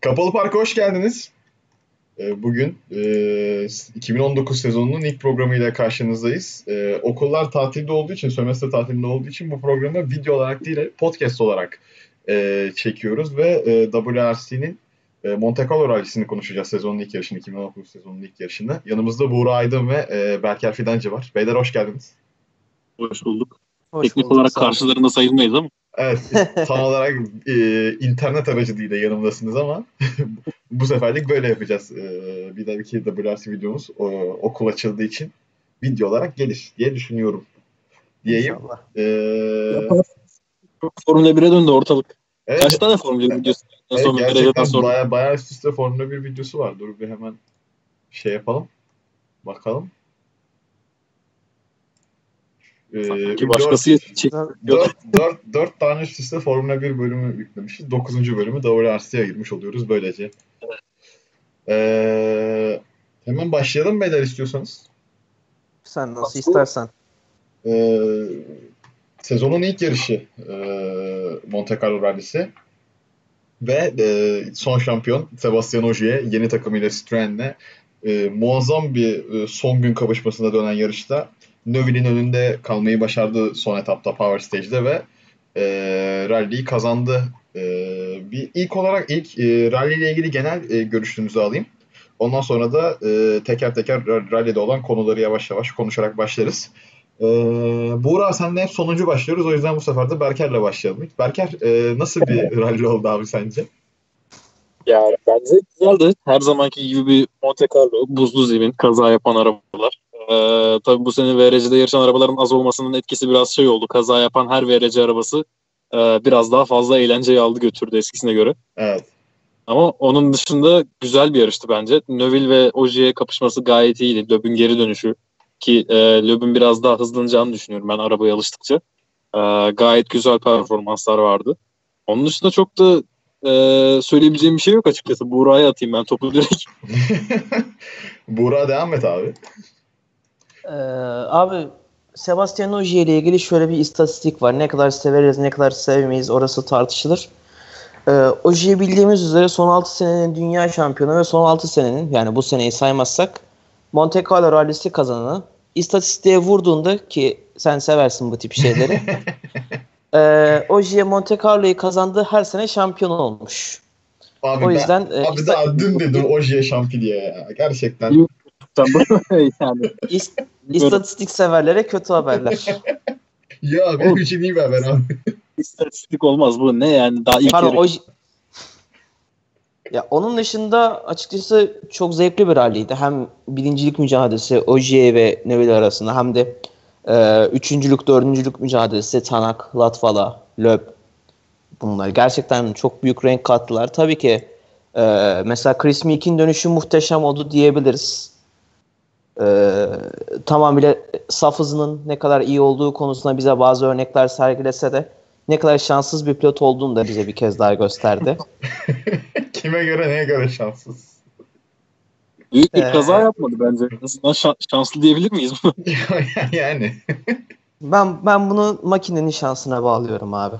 Kapalı Park'a hoş geldiniz. Bugün 2019 sezonunun ilk programıyla karşınızdayız. Okullar tatilde olduğu için, sömestr tatilinde olduğu için bu programı video olarak değil, podcast olarak çekiyoruz ve WRC'nin Monte Carlo rallisini konuşacağız sezonun ilk yarışını, 2019 sezonunun ilk yarışını. Yanımızda Buğra Aydın ve Berker Fidancı var. Beyler hoş geldiniz. Hoş bulduk. Hoş Teknik bulduk, olarak sağ olun. karşılarında sayılmayız ama. Evet, tam olarak internet aracılığıyla yanımdasınız ama bu seferlik böyle yapacağız. Bir dahaki WRC videomuz okul açıldığı için video olarak gelir diye düşünüyorum. Diyeyim. İnşallah. Formula 1'e döndü ortalık. Evet, Kaç tane Formula 1 videosu? evet, Son bir dereceden gerçekten sonra. bayağı üst üste Formula 1 videosu var. Dur bir hemen şey yapalım. Bakalım. Ki başkası çekti. Dört tane üst üste Formula 1 bölümü yüklemişiz. 9. bölümü WRC'ye girmiş oluyoruz böylece. Hemen başlayalım beyler istiyorsanız. Sen nasıl istersen. Sezonun ilk yarışı Monte Carlo Rally'si ve son şampiyon Sebastian Ogier yeni takımıyla Citroen'le muazzam bir son gün kapışmasına dönen yarışta Neuville'in önünde kalmayı başardı son etapta Power Stage'de ve rally'yi kazandı. İlk olarak rally ile ilgili genel görüşünüzü alayım. Ondan sonra da teker teker rally'de olan konuları yavaş yavaş konuşarak başlarız. Buğra senle hep sonuncu başlıyoruz. O yüzden bu sefer de Berker'le başlayalım. Berker nasıl bir rally oldu abi sence? Ya bence güzeldi. Her zamanki gibi bir Monte Carlo, buzlu zemin, kaza yapan arabalar. Tabii bu sene VRC'de yarışan arabaların az olmasının etkisi biraz şey oldu. Kaza yapan her VRC arabası biraz daha fazla eğlenceyi aldı götürdü eskisine göre. Evet. Ama onun dışında güzel bir yarıştı bence. Neuville ve Ogier kapışması gayet iyiydi. Loeb'ün geri dönüşü ki Loeb'ün biraz daha hızlanacağını düşünüyorum ben arabaya alıştıkça. Gayet güzel performanslar vardı. Onun dışında çok da söyleyebileceğim bir şey yok açıkçası. Buğra'ya atayım ben topu direkt. Buğra devam et abi. Abi Sebastian Ogier ile ilgili şöyle bir istatistik var. Ne kadar severiz, ne kadar sevmeyiz orası tartışılır. Ogier bildiğimiz üzere son 6 senenin dünya şampiyonu ve son 6 senenin, yani bu seneyi saymazsak, Monte Carlo rallisi kazananı. İstatistiğe vurduğunda, ki sen seversin bu tip şeyleri, Ogier Monte Carlo'yu kazandığı her sene şampiyon olmuş. Abi O yüzden abi daha dün dedim Ogier şampiyon ya. Gerçekten. Yani. İstatistik severlere kötü haberler. Ya benim için iyi bir haber abi. İstatistik olmaz bu. Ne yani? Daha ilk Pardon, ya onun dışında açıkçası çok zevkli bir ralliydi. Hem birincilik mücadelesi Ogier ve Neuville arasında, hem de üçüncülük, dördüncülük mücadelesi Tanak, Latvala, Loeb. Bunlar gerçekten çok büyük renk kattılar. Tabii ki mesela Chris Meek'in dönüşü muhteşem oldu diyebiliriz. Tamamıyla saf hızının ne kadar iyi olduğu konusunda bize bazı örnekler sergilese de ne kadar şanssız bir pilot olduğunu da bize bir kez daha gösterdi. Kime göre neye göre şanssız? Büyük bir kaza yapmadı bence. Nasıl şanslı diyebilir miyiz? Yani. Ben bunu makinenin şansına bağlıyorum abi.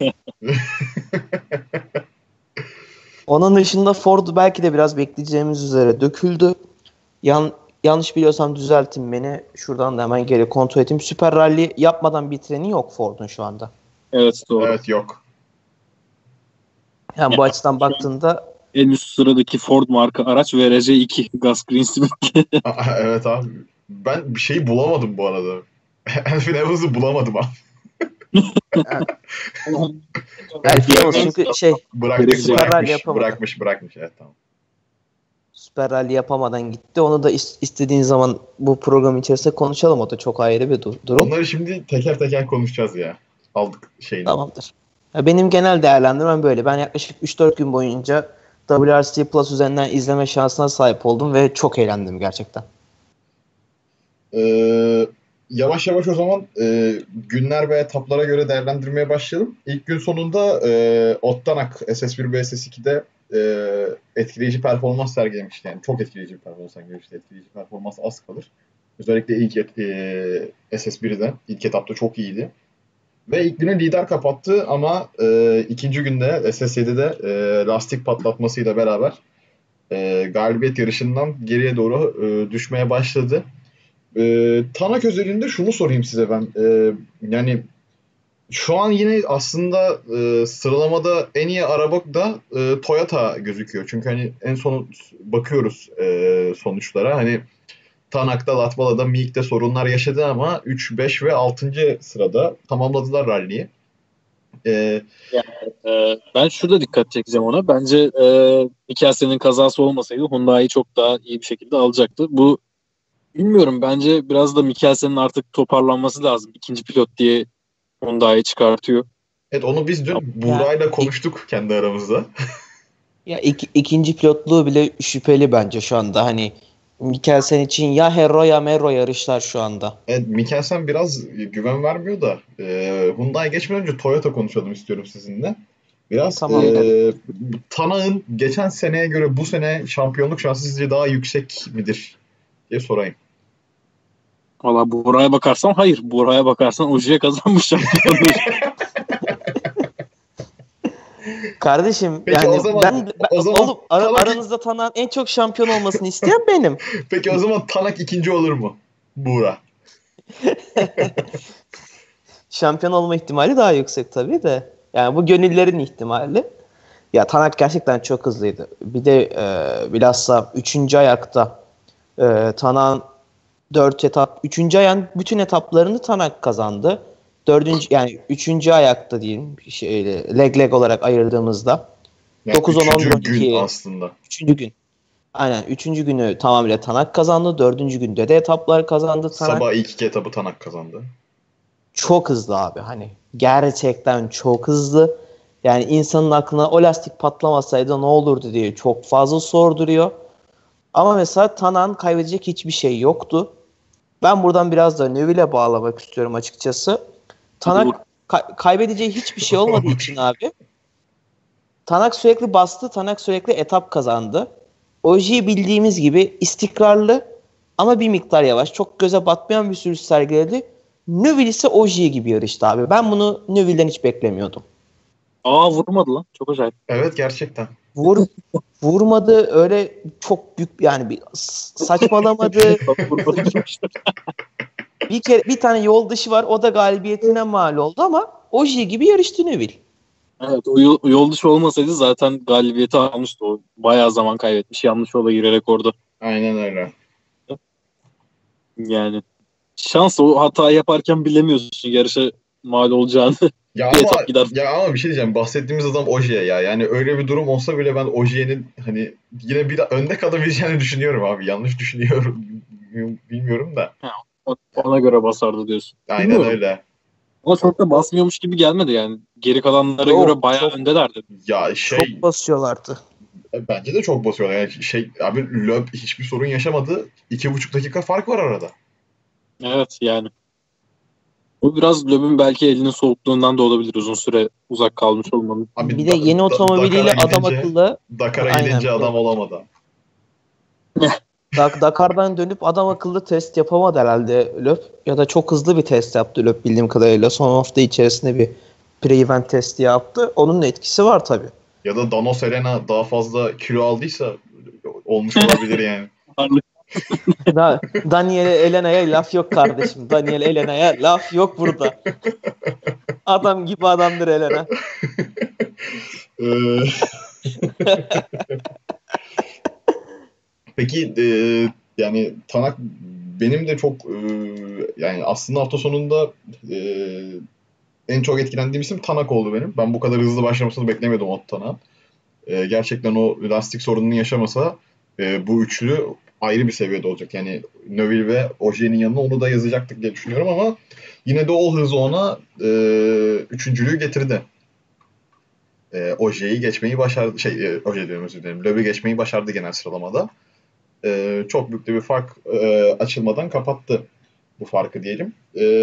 Onun dışında Ford belki de biraz bekleyeceğimiz üzere döküldü. Yanlış biliyorsam düzeltin beni. Şuradan da hemen geri kontrol edeyim. Süper Rally yapmadan bitireni yok Ford'un şu anda. Evet, doğru. Evet, yok. Yani bu açıdan baktığında en üst sıradaki Ford marka araç VRC2 Gus Greensmith. Evet abi. Ben bir şey bulamadım bu arada. Elfin Evans'ı bulamadım abi. Elfin Evans çünkü bırakmış. Evet, tamam. Süper Rally yapamadan gitti. Onu da istediğin zaman bu program içerisinde konuşalım. O da çok ayrı bir durum. Onları şimdi teker teker konuşacağız ya. Aldık şeyini. Tamamdır. Benim genel değerlendirmem böyle. Ben yaklaşık 3-4 gün boyunca WRC Plus üzerinden izleme şansına sahip oldum ve çok eğlendim gerçekten. Yavaş yavaş o zaman günler ve etaplara göre değerlendirmeye başlayalım. İlk gün sonunda Ottanak SS1 ve SS2'de etkileyici performans sergilemişti. Yani çok etkileyici bir performans sergilemişti. Etkileyici performans az kalır. Özellikle ilk SS1'de ilk etapta çok iyiydi. Ve ilk günü lider kapattı ama ikinci günde SS7'de lastik patlatmasıyla beraber galibiyet yarışından geriye doğru düşmeye başladı. Tanak özelinde şunu sorayım size ben. Yani şu an yine aslında sıralamada en iyi araba da Toyota gözüküyor. Çünkü hani en son bakıyoruz sonuçlara. Hani Tanak'ta, Latvala'da, Miik'te sorunlar yaşadı ama 3, 5 ve 6. sırada tamamladılar rally'yi. Ben şurada dikkat çekeceğim ona. Bence Mikkelsen'in kazası olmasaydı Hyundai'yi çok daha iyi bir şekilde alacaktı. Bu bilmiyorum. Bence biraz da Mikkelsen'in artık toparlanması lazım. İkinci pilot diye Hyundai'yi çıkartıyor. Evet, onu biz dün Ya, Buğra'yla konuştuk kendi aramızda. ikinci pilotluğu bile şüpheli bence şu anda. Hani Mikkelsen için ya Hero ya Mero yarışlar şu anda. Evet, Mikkelsen biraz güven vermiyor da Hyundai geçmeden önce Toyota konuşalım istiyorum sizinle. Biraz Tamam. Tanak'ın geçen seneye göre bu sene şampiyonluk şansı sizce daha yüksek midir diye sorayım. Valla Buğra'ya bakarsan hayır. Buğra'ya bakarsan Oji'ye kazanmış şampiyonluğu. Kardeşim Peki yani o zaman ben o zaman oğlum Tanak aranızda tanınan en çok şampiyon olmasını isteyen benim. peki o zaman Tanak ikinci olur mu? Buğra. Şampiyon olma ihtimali daha yüksek tabii de. Yani bu gönüllerin ihtimali. Ya Tanak gerçekten çok hızlıydı. Bir de bilhassa 3. ayakta Tanak'ın 4 etap, 3. ayağın bütün etaplarını Tanak kazandı. 4. yani 3. ayakta diyeyim leg olarak ayırdığımızda Yani 9 10 11 üçüncü gün 12 aslında. 3. gün. Aynen 3. günü tamamıyla Tanak kazandı. 4. günde de etaplar kazandı Sabah Tanak. ilk iki etabı Tanak kazandı. Çok hızlı abi hani gerçekten çok hızlı. Yani insanın aklına o lastik patlamasaydı ne olurdu diye çok fazla sorduruyor. Ama mesela Tanak'ın kaybedecek hiçbir şey yoktu. Ben buradan biraz da Neville'e bağlamak istiyorum açıkçası. Hadi vur. Tanak kaybedeceği hiçbir şey olmadığı için abi. Tanak sürekli bastı, Tanak sürekli etap kazandı. Oji bildiğimiz gibi istikrarlı ama bir miktar yavaş. Çok göze batmayan bir sürüş sergiledi. Neville ise Oji gibi yarıştı abi. Ben bunu Neville'den hiç beklemiyordum. Vurmadı lan. Çok acayip. Evet, gerçekten. Vur, vurmadı öyle çok büyük yani saçmalamadı. Vurmadı kimmiştir. Bir tane yol dışı var. O da galibiyetine mal oldu ama Oji gibi yarıştı Neville. Evet, o yol dışı olmasaydı zaten galibiyeti almıştı. O bayağı zaman kaybetmiş. Yanlış yola girerek orada. Aynen öyle. Yani şans, o hatayı yaparken bilemiyorsun yarışa mal olacağını. Ya Bir ama etap gider. bir şey diyeceğim. Bahsettiğimiz adam Ojiye ya. Yani öyle bir durum olsa bile ben Ojiye'nin hani yine bir önde kalabileceğini düşünüyorum abi. Yanlış düşünüyorum. Bilmiyorum da. Ha, ona göre basardı diyorsun. Aynen Bilmiyorum. öyle. Ama çok da basmıyormuş gibi gelmedi yani. Geri kalanlara Yok, göre bayağı çok- öndelerdi. Ya Çok basıyorlardı. bence de çok basıyor. Yani abi Löb hiçbir sorun yaşamadı. 2,5 dakika fark var arada. Evet yani. Bu biraz Löb'ün belki elinin soğukluğundan da olabilir, uzun süre uzak kalmış olmanın. Abi Bir de yeni otomobiliyle adam Dakara aynen gidince adam olamadı. Dakar'dan dönüp adam akıllı test yapamadı herhalde Löp. Ya da çok hızlı bir test yaptı Löp bildiğim kadarıyla. Son hafta içerisinde bir pre-event testi yaptı. Onun da etkisi var tabii. Ya da Dano Serena daha fazla kilo aldıysa olmuş olabilir yani. Daniel Elena'ya laf yok kardeşim. Daniel Elena'ya laf yok burada. Adam gibi adamdır Elena. Ee, Peki yani Tanak benim de çok yani aslında hafta sonunda e, en çok etkilendiğim isim Tanak oldu benim. Ben bu kadar hızlı başlamasını beklemiyordum o Tanak'ın. Gerçekten o lastik sorununu yaşamasa bu üçlü ayrı bir seviyede olacak. Yani Neville ve Ojier'in yanına onu da yazacaktık diye düşünüyorum ama yine de o hız ona üçüncülüğü getirdi. Ojier'i geçmeyi başardı. Ojier diyorum, özür dilerim. Loeb'i geçmeyi başardı genel sıralamada. Çok büyük de bir fark açılmadan kapattı bu farkı diyelim.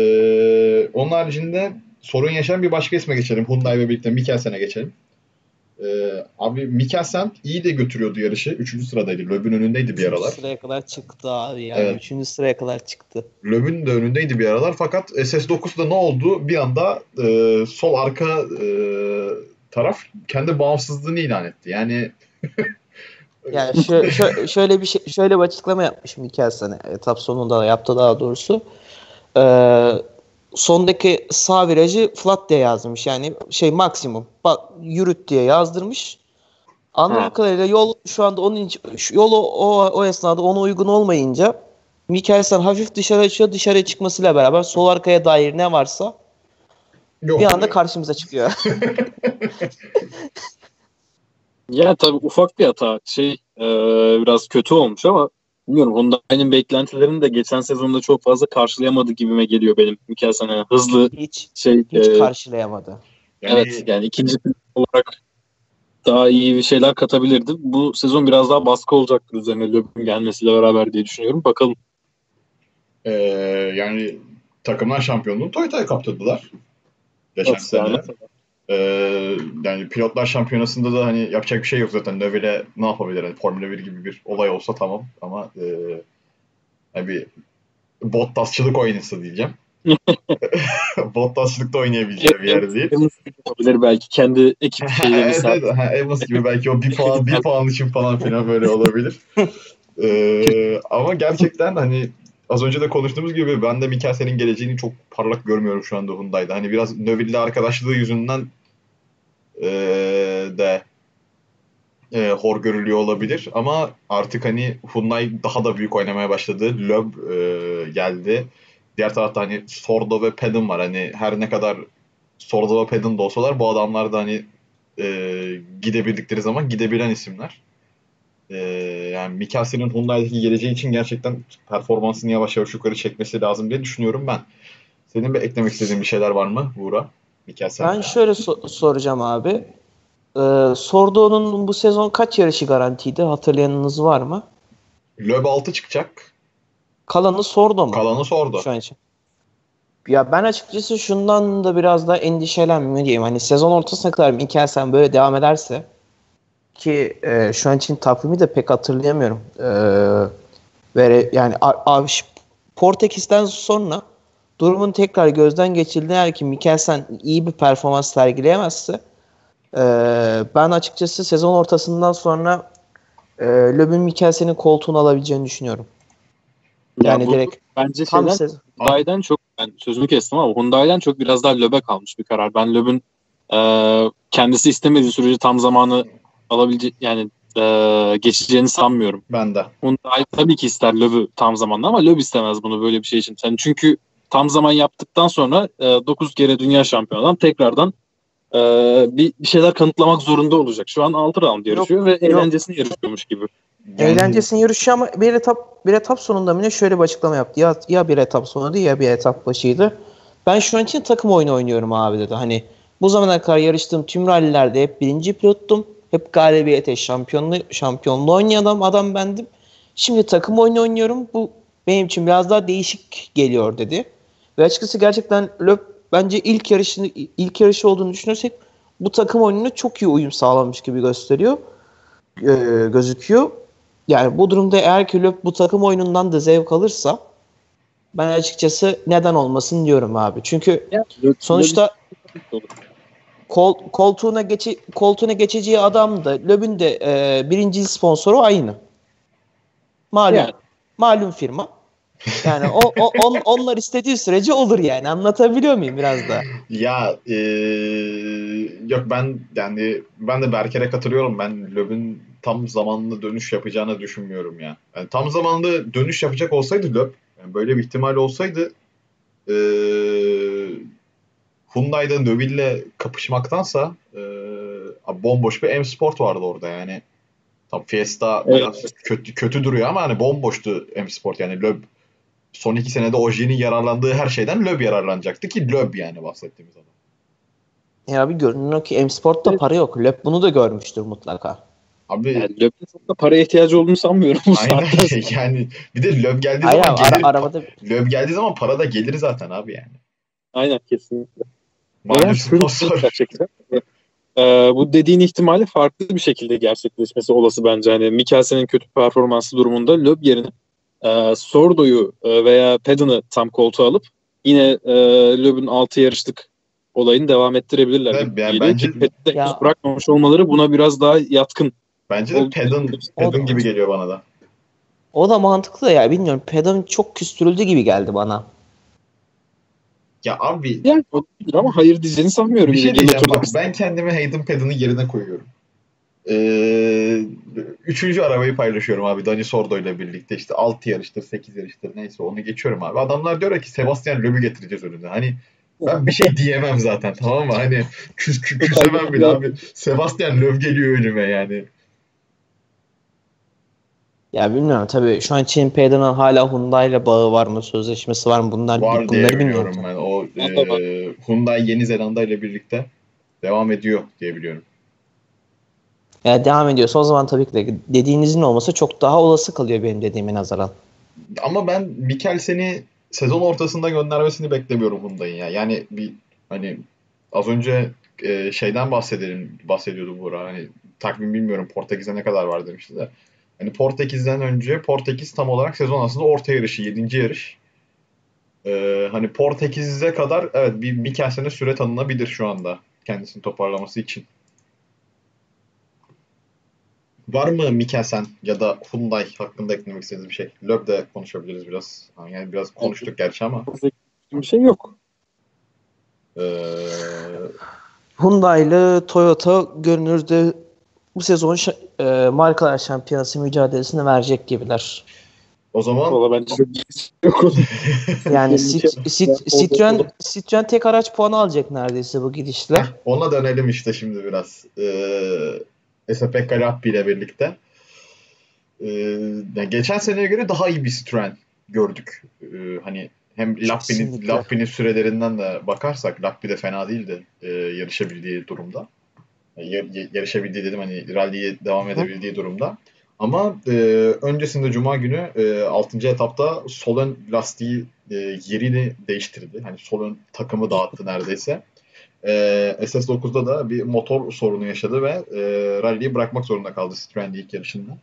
Onun haricinde sorun yaşayan bir başka isme geçelim. Hyundai ve birlikte Mikkelsen'e geçelim. Abi Mikkelsen iyi de götürüyordu yarışı. 3. sıradaydı. Loeb'ün önündeydi bir aralar. 3. sıraya kadar çıktı abi yani. Evet. 3. sıraya kadar çıktı. Loeb'ün de önündeydi bir aralar. Fakat SS9'da ne oldu? Bir anda sol arka taraf kendi bağımsızlığını ilan etti. Yani Yani şöyle bir açıklama yapmış Mikkelsen etap sonunda da yaptı daha doğrusu. Sondaki sağ virajı flat diye yazmış. Yani maksimum yürüt diye yazdırmış. Anladığım kadarıyla yol şu anda yolu o esnada ona uygun olmayınca Mikkelsen hafif dışarı açıyor. Dışarıya çıkmasıyla beraber sol arkaya dair ne varsa yok bir anda diyor. karşımıza çıkıyor. Ya tabii ufak bir hata. Biraz kötü olmuş ama bilmiyorum. Hyundai'nin beklentilerini de geçen sezonda çok fazla karşılayamadı gibime geliyor benim. Mikkelsen'e hızlı Hiç şey karşılayamadı. evet yani ikinci pilot olarak daha iyi bir şeyler katabilirdi. Bu sezon biraz daha baskı olacaktır üzerine Loeb'ün gelmesiyle beraber diye düşünüyorum. Bakalım. Yani takımlar şampiyonluğunu Toyota'ya kaptırdılar. Geçen sene. Yani. Yani pilotlar şampiyonasında da hani yapacak bir şey yok zaten. Növel'e ne yapabilir? Yani Formula 1 gibi bir olay olsa tamam ama yani bir Bottasçılık oynasa diyeceğim. Bottasçılıkta oynayabileceği bir yer değil. Evans yapabilir belki kendi ekip şeylerini Evet, evet. Evans gibi belki o bir puan için falan filan böyle olabilir. Ama gerçekten hani az önce de konuştuğumuz gibi ben de Mikkelsen'in geleceğini çok parlak görmüyorum şu anda Hyundai'da. Hani biraz Neuville'le arkadaşlığı yüzünden de hor görülüyor olabilir. Ama artık hani Hyundai daha da büyük oynamaya başladı. Loeb geldi. Diğer tarafta hani Sordo ve Pedon var. Hani her ne kadar Sordo ve Pedon da olsalar bu adamlar da hani gidebildikleri zaman gidebilen isimler. Yani Mikkelsen'in Hyundai'deki geleceği için gerçekten performansını yavaş yavaş yukarı çekmesi lazım diye düşünüyorum ben. Senin bir eklemek istediğin bir şeyler var mı Buğra? Mikkelsen. Ben şöyle soracağım abi. Sordo'nun bu sezon kaç yarışı garantiydi? Hatırlayanınız var mı? Loeb 6 çıkacak. Kalanı Sordo mu? Kalanı Sordo. Şu an için. Ya ben açıkçası şundan da biraz daha endişelenmeliyim. Hani sezon ortasına kadar Mikkelsen böyle devam ederse ki şu an için takvimi de pek hatırlayamıyorum. Yani Portekiz'den sonra durumun tekrar gözden geçirildiğinde eğer ki Mikkelsen iyi bir performans sergileyemezse ben açıkçası sezon ortasından sonra Loeb'ün Mikkelsen'in koltuğunu alabileceğini düşünüyorum. Yani direkt bence tam sezon. Hyundai'den çok ben sözünü kestim ama Hyundai'den çok biraz daha Loeb'e kalmış bir karar. Ben Loeb'ün kendisi istemediği sürece tam zamanı alabilecek yani geçeceğini sanmıyorum. Ben de. Hyundai tabii ki ister Loeb'ü tam zamanlı ama Loeb istemez bunu böyle bir şey için. Yani çünkü tam zaman yaptıktan sonra 9 kere dünya şampiyonu adam tekrardan bir şeyler kanıtlamak zorunda olacak. Şu an 6 round yarışıyor ve eğlencesini yarışıyormuş gibi. Eğlencesini yarışıyor ama bir etap sonunda mı şöyle bir açıklama yaptı. Ya bir etap sonuydu ya bir etap başıydı. Ben şu an için takım oyunu oynuyorum abi dedi. Hani bu zamana kadar yarıştığım tüm rallilerde hep birinci pilottum. Hep galibiyete şampiyonluğu oynayan adam bendim. Şimdi takım oyunu oynuyorum. Bu benim için biraz daha değişik geliyor dedi. Ve açıkçası gerçekten Loeb bence ilk yarışı olduğunu düşünürsek bu takım oyununa çok iyi uyum sağlamış gibi gözüküyor. Yani bu durumda eğer ki Loeb bu takım oyunundan da zevk alırsa ben açıkçası neden olmasın diyorum abi. Çünkü sonuçta koltuğuna geçeceği adam da Loeb'ün de birinci sponsoru aynı. Malum firma. Yani onlar istediği sürece olur yani. Anlatabiliyor muyum biraz da? Ya yok ben de Berker'e katılıyorum. Ben Loeb'ün tam zamanlı dönüş yapacağını düşünmüyorum ya. Yani tam zamanlı dönüş yapacak olsaydı Loeb, yani böyle bir ihtimal olsaydı Hyundai'da Neuville'le kapışmaktansa bomboş bir M-Sport vardı orada yani. Tam Fiesta biraz kötü duruyor ama hani bomboştu M-Sport yani Loeb son 2 senede Ogier'in yararlandığı her şeyden Loeb yararlanacaktı ki Loeb yani bahsettiğimiz adam. Ya abi görünüyor ki M-Sport'ta para yok. Loeb bunu da görmüştür mutlaka. Abi yani Loeb'in çok da paraya ihtiyacı olduğunu sanmıyorum. Aynen yani bir de Loeb geldiği zaman gelir. Loeb geldiği zaman para da gelir zaten abi yani. Aynen kesinlikle. Malum sponsor. Bu dediğin ihtimali farklı bir şekilde gerçekleşmesi olası bence. Hani Mikkelsen'in kötü performansı durumunda Loeb yerine Sordo'yu veya Pedon'ı tam koltuğa alıp yine Loeb'ün 6 yarışlık olayını devam ettirebilirler. Evet, gibi yani geliyor bence ki Pedon'ı Ya henüz bırakmamış olmaları buna biraz daha yatkın bence de olduğunu Pedon gibi geliyor bana da. o da mantıklı ya, bilmiyorum. Pedon çok küstürüldü gibi geldi bana. Ya abi yani ama hayır diyeceğini sanmıyorum. bir Yine şey diyeceğim, Gilot'u bak ben kendimi Hayden Pedon'un yerine koyuyorum. Üçüncü arabayı paylaşıyorum abi Dani Sordo ile birlikte, işte 6 yarıştır 8 yarıştır neyse onu geçiyorum abi. Adamlar diyor ki Sebastian Loeb'ü getireceğiz önüne. Hani ben bir şey diyemem zaten, tamam mı? Hani küsemem bile abi. Sebastian Loeb geliyor önüme yani. Ya bilmiyorum tabii, şu an için Pedon'un hala Hyundai ile bağı var mı? Sözleşmesi var mı? Var diye Bunları bilmiyorum biliyorum tabii. ben. O Ben de bak. Hyundai Yeni Zelanda ile birlikte devam ediyor diye biliyorum. Ya devam ediyorsa o zaman tabii ki de dediğinizin olması çok daha olası kalıyor benim dediğime nazaran. Ama ben Mikkelsen'i sezon ortasında göndermesini beklemiyorum Hyundai'nin ya. Yani bir hani az önce şeyden bahsediyordu Buğra. Hani takvim bilmiyorum, Portekiz'de ne kadar var demişti de. Hani Portekiz'den önce Portekiz tam olarak sezon aslında orta yarışı, 7. yarış. Hani Portekiz'e kadar evet bir Mikkelsen'e süre tanınabilir şu anda kendisini toparlaması için. Var mı Mikkelsen ya da Hyundai hakkında eklemek istediğiniz bir şey? Loeb de konuşabiliriz biraz. Yani biraz konuştuk gerçi ama. Bir şey yok. Ee, Hyundai ile Toyota görünürde bu sezon markalar şampiyonası mücadelesini verecek gibiler. O zaman Valla bence çok yok. Yani Orada- Citroen tek araç puanı alacak neredeyse bu gidişle. ona dönelim işte şimdi biraz. S&P Calappi ile birlikte. Ee, Yani geçen seneye göre daha iyi bir Citroen gördük. Hani hem Kesinlikle. Lappi'nin sürelerinden de bakarsak Lappi de fena değildi yarışabildiği durumda. Yarışabildiği dedim, hani rally'ye devam Hı. edebildiği durumda. Ama öncesinde Cuma günü 6. etapta sol ön lastiği yerini değiştirdi. Hani sol ön takımı dağıttı neredeyse. SS9'da da bir motor sorunu yaşadı ve rally'yi bırakmak zorunda kaldı Citroen'de ilk yarışında.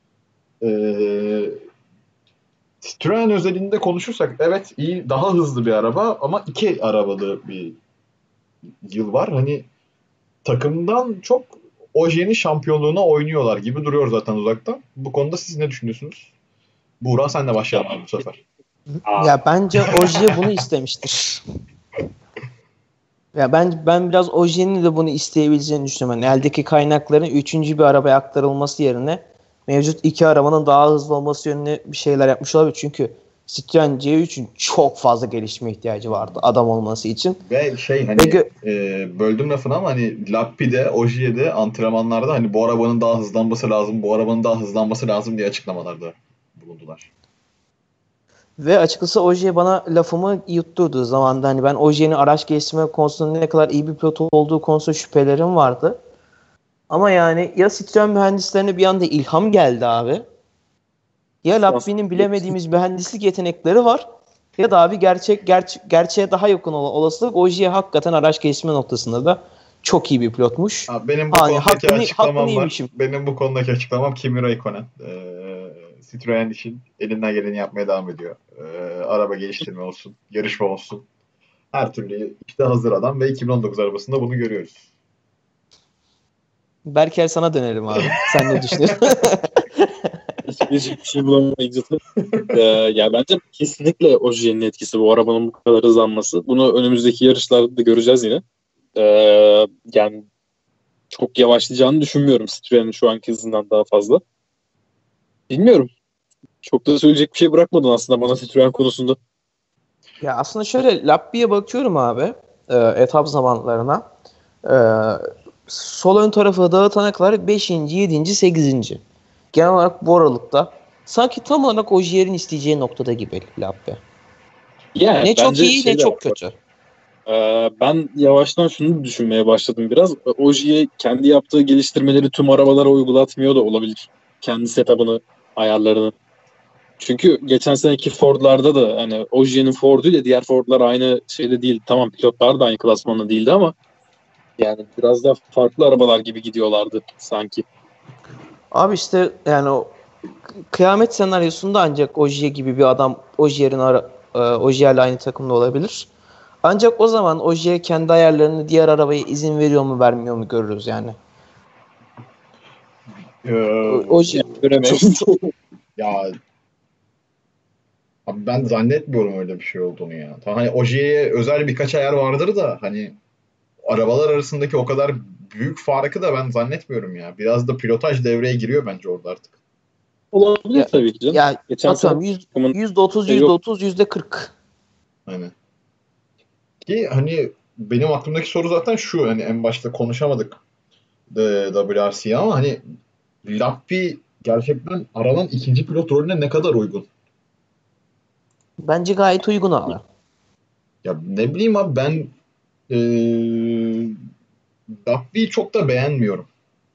E, Citroen özelinde konuşursak evet iyi, daha hızlı bir araba ama iki arabalı bir yıl var. Hani takımdan çok Oje'nin şampiyonluğuna oynuyorlar gibi duruyor zaten uzaktan. Bu konuda siz ne düşünüyorsunuz? Buğra senle Ya, başlayalım bu sefer. Ya bence Ogier bunu istemiştir. Ya ben biraz Ogier'in de bunu isteyebileceğini düşünüyorum. Yani eldeki kaynakların üçüncü bir arabaya aktarılması yerine mevcut iki arabanın daha hızlı olması yönüne bir şeyler yapmış olabilir. Çünkü Citroen C3'ün çok fazla gelişme ihtiyacı vardı adam olması için. Ve şey Ve hani böldüm lafını ama hani Lappi'de, Ogier'de antrenmanlarda hani bu arabanın daha hızlanması lazım, bu arabanın daha hızlanması lazım diye açıklamalarda bulundular. Ve açıkçası Ogier bana lafımı yutturduğu zamanda hani ben Ogier'in araç geliştirme konusunda ne kadar iyi bir pilot olduğu konusunda şüphelerim vardı. Ama yani ya Citroen mühendislerine bir anda ilham geldi abi. Ya Lappi'nin bilemediğimiz mühendislik yetenekleri var. Ya da abi gerçeğe daha yakın olan olasılık Ogier hakikaten araç geliştirme noktasında da çok iyi bir pilotmuş. Abi benim bu Hani konudaki hakkını açıklamam var. yemişim. Benim bu konudaki açıklamam Kimi Räikkönen. Citroen için elinden geleni yapmaya devam ediyor. Araba geliştirme olsun, yarışma olsun. Her türlü işte hazır adam ve 2019 arabasında bunu görüyoruz. Berker sana dönelim abi. Sen ne düşünüyorsun? Hiçbir şey bulamayınca da. Ya bence kesinlikle Ogier'in etkisi bu arabanın bu kadar hızlanması. Bunu önümüzdeki yarışlarda da göreceğiz yine. Yani çok yavaşlayacağını düşünmüyorum Citroen'in şu anki hızından daha fazla. Bilmiyorum. Çok da söyleyecek bir şey bırakmadın aslında bana Citroen konusunda. Ya aslında şöyle Lappi'ye bakıyorum abi etap zamanlarına. E, Sol ön tarafı dağıtana kadar 5. 7. 8. Genel olarak bu aralıkta. Sanki tam olarak Ogier'in isteyeceği noktada gibi Lappi. Yani Ne çok bence iyi ne de var. çok kötü. Ben yavaştan şunu düşünmeye başladım biraz. Ogier kendi yaptığı geliştirmeleri tüm arabalara uygulatmıyor da olabilir. Kendi setup'ını, ayarlarını. Çünkü geçen seneki Ford'larda da hani Ogier'in Ford'u ile diğer Ford'lar aynı şeyde değil. Tamam pilotlar da aynı klasmanda değildi ama Yani biraz da farklı arabalar gibi gidiyorlardı sanki. Abi işte yani o kıyamet senaryosunda ancak Ogier gibi bir adam Ogier'le aynı takımda olabilir. Ancak o zaman Ogier kendi ayarlarını diğer arabaya izin veriyor mu vermiyor mu görürüz yani. Ogier Yani göremeyiz. Ya abi ben zannetmiyorum öyle bir şey olduğunu ya. Tamam, hani Ogier'e özel birkaç ayar vardır da hani arabalar arasındaki o kadar büyük farkı da ben zannetmiyorum ya. Biraz da pilotaj devreye giriyor bence orada artık. Olabilir ya, tabii ki canım. ya Geçen sene atıyorum takımın %30, yok. %30, %40. Hani ki hani benim aklımdaki soru zaten şu, hani en başta konuşamadık WRC'ye ama hani Lappi gerçekten aranan ikinci pilot rolüne ne kadar uygun? Bence gayet uygun abi. Ya ne bileyim abi, ben Lappi'yi çok da beğenmiyorum.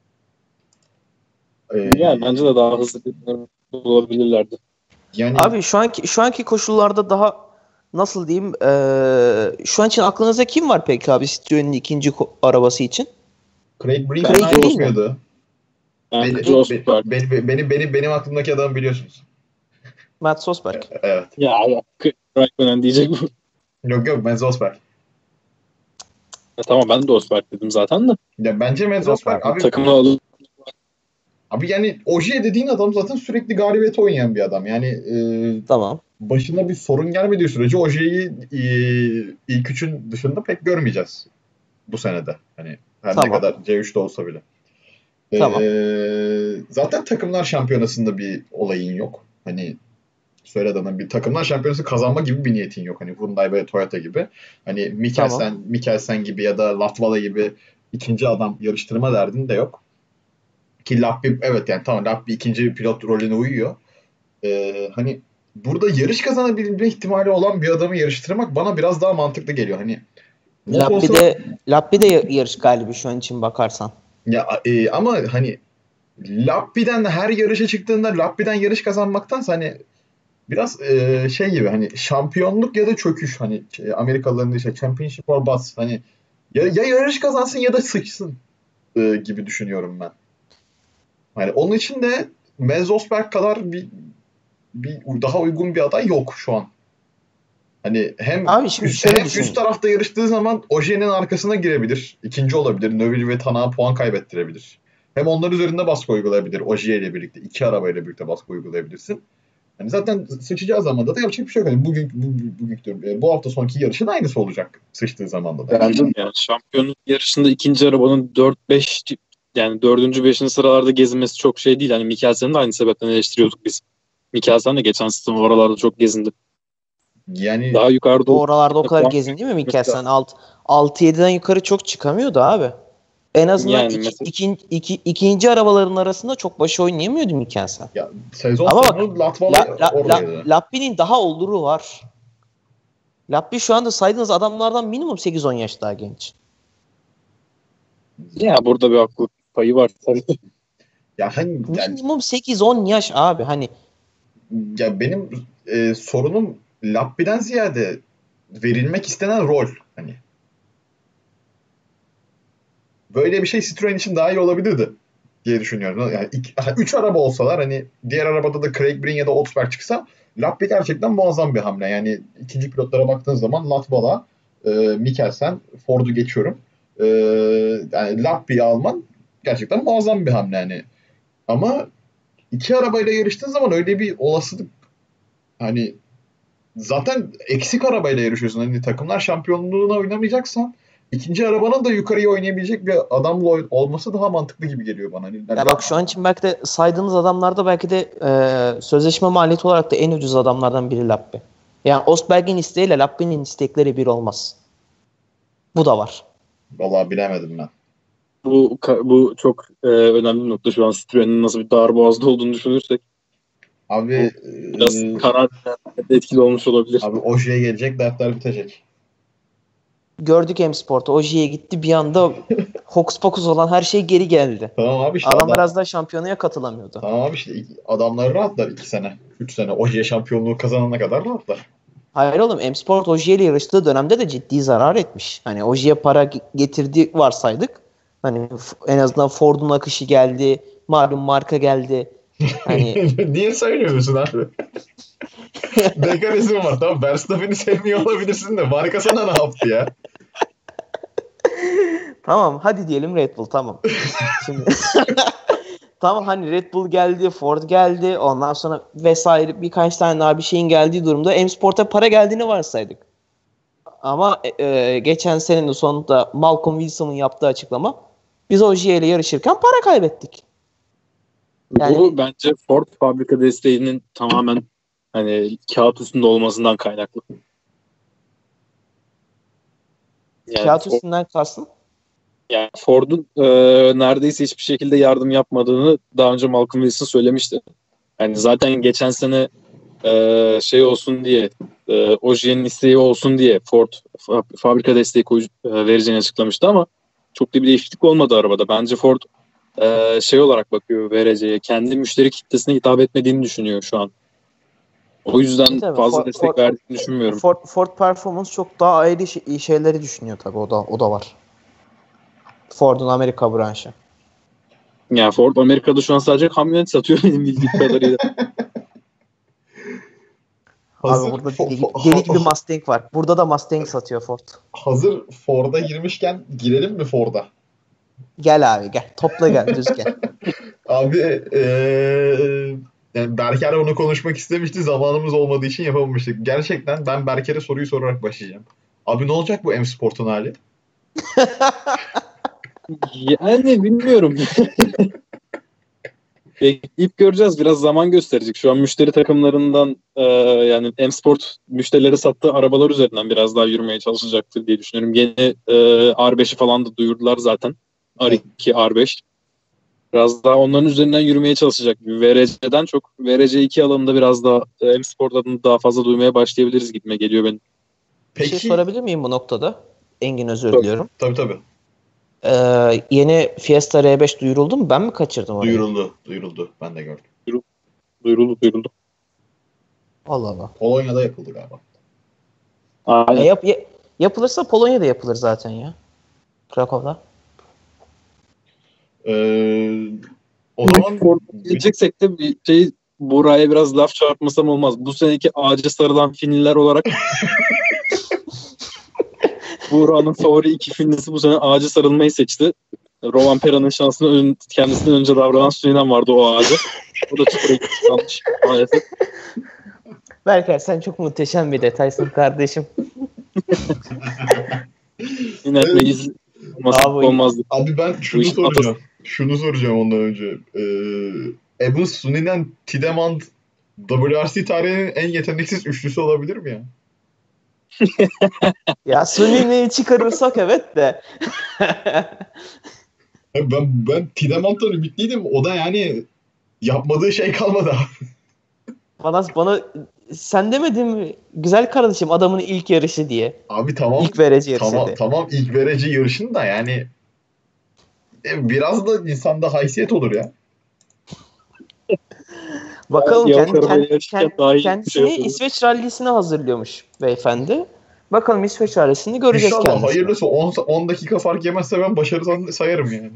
Yani Eee, bence de daha hızlı bir olabilirlerdi. Yani Abi şu anki koşullarda daha nasıl diyeyim? Şu an için aklınızda kim var peki abi Citroen'in ikinci arabası için? Craig Breen Craig falan Bence Green yok mi? muydu? Bence Osberg. Benim aklımdaki adamı biliyorsunuz. Matt Sosberg. Evet. Ya Raikkonen diyecek bu. Yok yok, Mads Rosberg. Tamam ben de Osberg dedim zaten de. Ya bence Mads Yok Rosberg abi. abi, Takımı alıp yani Ogier dediğin adam zaten sürekli galibiyete oynayan bir adam. Yani Tamam. başına bir sorun gelmediği sürece Ogier'i ilk üçün dışında pek görmeyeceğiz bu senede. Hani her ne Tamam. kadar C3'te olsa bile. Tamam. Zaten takımlar şampiyonasında bir olayın yok. Hani söylediğim bir takımlar şampiyonası kazanma gibi bir niyetin yok. Hani Hyundai ve Toyota gibi. Hani Tamam. Mikkelsen gibi ya da Latvala gibi ikinci adam yarıştırma derdin de yok. Ki Lappi, evet yani tamam, Lappi ikinci pilot rolüne uyuyor. Hani burada yarış kazanabilme ihtimali olan bir adamı yarıştırmak bana biraz daha mantıklı geliyor. Hani nasıl olsa Lappi de yarış galibi şu an için bakarsan. ya ama hani Lappi'den her yarışa çıktığında Lappi'den yarış kazanmaktansa hani biraz şey gibi, hani şampiyonluk ya da çöküş, hani Amerikalıların işte championship or bust, hani ya yarış kazansın ya da sıçsın gibi düşünüyorum ben. Hani onun için de Mads Rosberg kadar bir daha uygun bir aday yok şu an. Hani Abi şimdi şöyle hem üst düşün. tarafta yarıştığı zaman Ogier'in arkasına girebilir, ikinci olabilir, Neuville ve Tanak'a puan kaybettirebilir. Hem onlar üzerinde baskı uygulayabilir, Ogier ile birlikte iki arabayla birlikte baskı uygulayabilirsin. Hani zaten sıçacağı zamanda da yapacak bir şey yok. Hani bugün diyorum, bu hafta sonki yarışın aynısı olacak sıçtığı zamanda da. bence yani şampiyonluk yarışında ikinci arabanın 4-5 yani dördüncü, beşinci sıralarda gezinmesi çok şey değil. Hani Mikkelsen'i de aynı sebepten eleştiriyorduk biz. Mikkelsen de geçen sezon oralarda çok gezindi. Yani Daha yukarıda O oralarda o kadar puan gezin değil mi mesela, Mikkelsen? 6-7'den yukarı çok çıkamıyordu abi. En azından yani mesela ikinci arabaların arasında çok başı oynayamıyordu Mikkelsen. ya sezon Ama bak sonu Latvala oradaydı. Lappi'nin daha oluru var. Lappi şu anda saydığınız adamlardan minimum 8-10 yaş daha genç. ya burada bir haklılık payı var tabii. Ya hani yani, Minimum 8-10 yaş abi. Hani ya benim sorunum Lappi'den ziyade verilmek istenen rol. Hani böyle bir şey Citroen için daha iyi olabilirdi diye düşünüyorum. Yani üç araba olsalar, hani diğer arabada da Craig Breen ya da Rosberg çıksa, Lappi gerçekten muazzam bir hamle. Yani ikinci pilotlara baktığın zaman Latvala, Mikkelsen, Ford'u geçiyorum. E, Yani Lappi'yi alman gerçekten muazzam bir hamle yani. Ama iki arabayla yarıştığın zaman öyle bir olasılık, hani zaten eksik arabayla yarışıyorsun. Hani takımlar şampiyonluğuna oynamayacaksan ikinci arabanın da yukarıya oynayabilecek bir adamla olması daha mantıklı gibi geliyor bana. Hani ya bak şu an için belki de saydığınız adamlarda belki de sözleşme maliyeti olarak da en ucuz adamlardan biri Lappi. Yani Osberg'in isteğiyle Lappi'nin istekleri bir olmaz. Bu da var. vallahi bilemedim ben. Bu çok önemli bir nokta şu an Citroen'in nasıl bir darboğazda olduğunu düşünürsek. Abi Bu biraz karar vermede etkili olmuş olabilir. abi Oji'ye gelecek, dertler bitecek. Gördük M-Sport'ta. Oji'ye gitti bir anda hokus pokus olan her şey geri geldi. Tamam abi işte Adamlar az daha şampiyonaya katılamıyordu. tamam abi işte adamlar rahatlar 2 sene, 3 sene Oji'ye şampiyonluğu kazanana kadar rahatlar. Hayır oğlum, M-Sport Ogier ile yarıştığı dönemde de ciddi zarar etmiş. Hani Ogier para getirdi varsaydık. Hani en azından Ford'un akışı geldi. Malum marka geldi. Hani Niye söylüyorsun abi? Mekanizm var, tamam. Verstappen'i sevmiyor olabilirsin de marka sana ne yaptı ya? tamam hadi diyelim Red Bull, tamam. Şimdi tamam, hani Red Bull geldi, Ford geldi, ondan sonra vesaire birkaç tane daha bir şeyin geldiği durumda M-Sport'a para geldiğini varsaydık. Ama geçen senenin sonunda Malcolm Wilson'ın yaptığı açıklama, biz Ogier ile yarışırken para kaybettik. Yani, bu bence Ford fabrika desteğinin tamamen hani kağıt üstünde olmasından kaynaklı. Yani kağıt üstünden kalsın. Yani Ford'un neredeyse hiçbir şekilde yardım yapmadığını daha önce Malcolm Wilson söylemişti. Yani zaten geçen sene şey olsun diye, Ogier'in isteği olsun diye Ford fabrika desteği vereceğini açıklamıştı ama çok da bir değişiklik olmadı arabada. Bence Ford şey olarak bakıyor vereceği, kendi müşteri kitlesine hitap etmediğini düşünüyor şu an. O yüzden Tabii, fazla destek verdiğini düşünmüyorum. Ford Performance çok daha ayrı şeyleri düşünüyor tabii, o da var. Ford'un Amerika branşı. Yani Ford Amerika'da şu an sadece kamyonet satıyor benim bildiğim kadarıyla. Abi burada deli gibi Mustang var. Burada da Mustang satıyor Ford. Hazır Ford'a girmişken girelim mi Ford'a? Gel abi gel. Topla gel. Düz gel. Abi yani Berker onu konuşmak istemişti. Zamanımız olmadığı için yapamamıştık. Gerçekten ben Berker'e soruyu sorarak başlayacağım. Abi ne olacak bu M-Sport'un hali? Yani bilmiyorum. Bekleyip göreceğiz. Biraz zaman gösterecek. Şu an müşteri takımlarından yani M-Sport müşterileri sattığı arabalar üzerinden biraz daha yürümeye çalışacaktır diye düşünüyorum. Yeni R5'i falan da duyurdular zaten. R2, R5. Biraz daha onların üzerinden yürümeye çalışacak. VRC'den çok VRC2 alanında biraz daha M-Sport adını daha fazla duymaya başlayabiliriz gibime geliyor benim. Bir şey sorabilir miyim bu noktada? Engin, özür diliyorum. Tabii. Yeni Fiesta R5 duyuruldu mu? Ben mi kaçırdım orayı? Duyuruldu. Ben de gördüm. Duyuruldu. Allah Allah. Polonya'da yapıldı galiba. Aynen. Yapılırsa Polonya'da yapılır zaten ya. Krakow'da. O zaman Geleceksek de bir şey, Buraya biraz laf çarpmasam olmaz. Bu seneki ağaca sarılan Finliler olarak Buğra'nın favori iki Finlisi bu sene ağaca sarılmayı seçti. Rovanpera'nın şansına kendisinden önce davranan Süneyman vardı o ağaca. O da çukura kalmış maalesef. Berkay, sen çok muhteşem bir detaysın kardeşim. İnanılmaz olmazdı. Abi ben şunu soracağım ondan önce. Evans, Suninen, Tiedemann WRC tarihinin en yeteneksiz üçlüsü olabilir mi ya? Ya Suninen'i çıkarırsak evet de. Ben Tiedemann'tan ümitliydim. O da yani yapmadığı şey kalmadı abi. Bana sen demedin mi güzel kardeşim, adamın ilk yarışı diye. Abi tamam. İlk vereci yarışı diye. Tamam ilk vereci yarışın da yani biraz da insanda haysiyet olur ya. Bakalım kendisini İsveç rallisine hazırlıyormuş beyefendi. Bakalım İsveç rallisini göreceğiz İnşallah kendisini. hayırlısı 10 dakika fark yemezse ben başarı sayarım yani.